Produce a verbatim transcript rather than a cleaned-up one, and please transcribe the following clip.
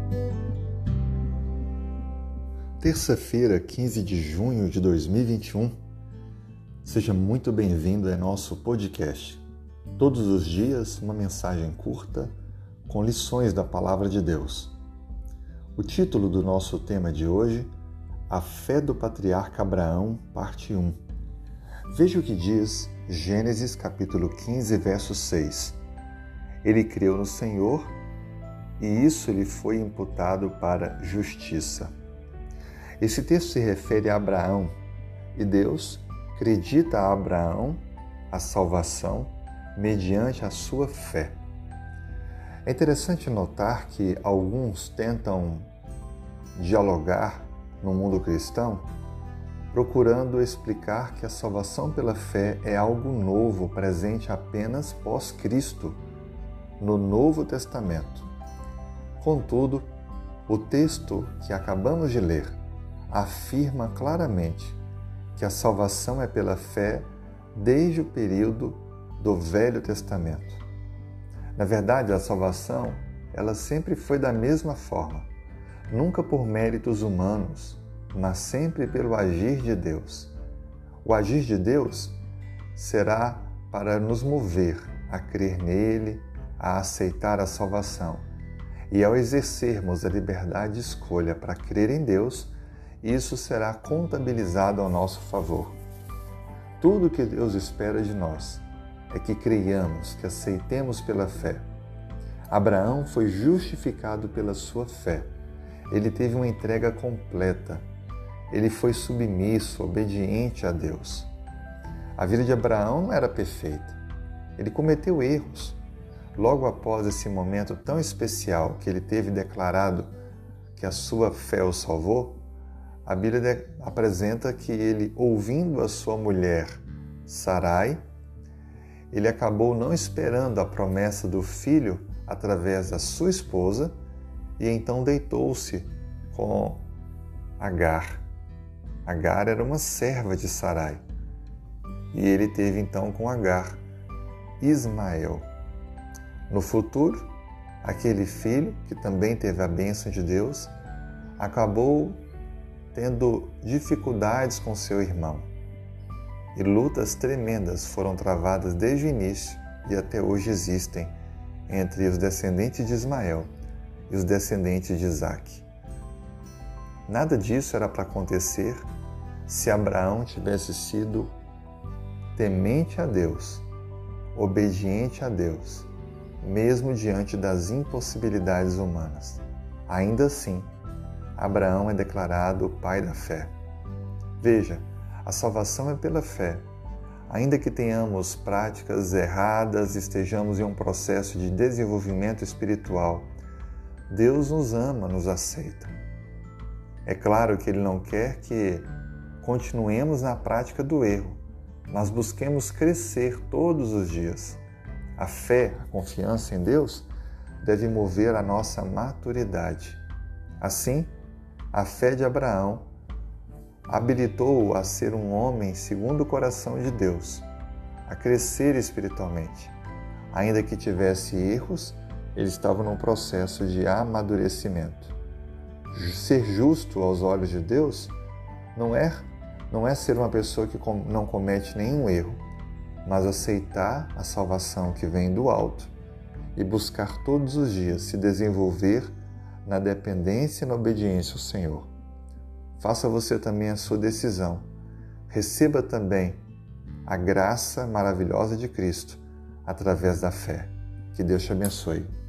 Terça-feira, quinze de junho de dois mil e vinte e um. Seja muito bem-vindo ao nosso podcast. Todos os dias, uma mensagem curta com lições da Palavra de Deus. O título do nosso tema de hoje, A Fé do Patriarca Abraão, parte um. Veja o que diz Gênesis capítulo quinze, verso seis. Ele creu no Senhor e isso lhe foi imputado para justiça. Esse texto se refere a Abraão e Deus acredita a Abraão a salvação mediante a sua fé. É interessante notar que alguns tentam dialogar no mundo cristão procurando explicar que a salvação pela fé é algo novo, presente apenas pós-Cristo, no Novo Testamento. Contudo, o texto que acabamos de ler afirma claramente que a salvação é pela fé desde o período do Velho Testamento. Na verdade, a salvação, ela sempre foi da mesma forma, nunca por méritos humanos, mas sempre pelo agir de Deus. O agir de Deus será para nos mover a crer nele, a aceitar a salvação. E ao exercermos a liberdade de escolha para crer em Deus, isso será contabilizado ao nosso favor. Tudo que Deus espera de nós é que creiamos, que aceitemos pela fé. Abraão foi justificado pela sua fé. Ele teve uma entrega completa. Ele foi submisso, obediente a Deus. A vida de Abraão não era perfeita. Ele cometeu erros. Logo após esse momento tão especial que ele teve declarado que a sua fé o salvou, a Bíblia apresenta que ele, ouvindo a sua mulher Sarai, ele acabou não esperando a promessa do filho através da sua esposa e então deitou-se com Agar. Agar era uma serva de Sarai. E ele teve então com Agar Ismael. No futuro, aquele filho, que também teve a bênção de Deus, acabou tendo dificuldades com seu irmão. E lutas tremendas foram travadas desde o início e até hoje existem entre os descendentes de Ismael e os descendentes de Isaque. Nada disso era para acontecer se Abraão tivesse sido temente a Deus, obediente a Deus, mesmo diante das impossibilidades humanas. Ainda assim, Abraão é declarado o pai da fé. Veja, a salvação é pela fé. Ainda que tenhamos práticas erradas, estejamos em um processo de desenvolvimento espiritual, Deus nos ama, nos aceita. É claro que Ele não quer que continuemos na prática do erro, mas busquemos crescer todos os dias. A fé, a confiança em Deus, deve mover a nossa maturidade. Assim, a fé de Abraão habilitou-o a ser um homem segundo o coração de Deus, a crescer espiritualmente. Ainda que tivesse erros, ele estava num processo de amadurecimento. Ser justo aos olhos de Deus não é, não é ser uma pessoa que não comete nenhum erro, mas aceitar a salvação que vem do alto e buscar todos os dias se desenvolver na dependência e na obediência ao Senhor. Faça você também a sua decisão. Receba também a graça maravilhosa de Cristo através da fé. Que Deus te abençoe.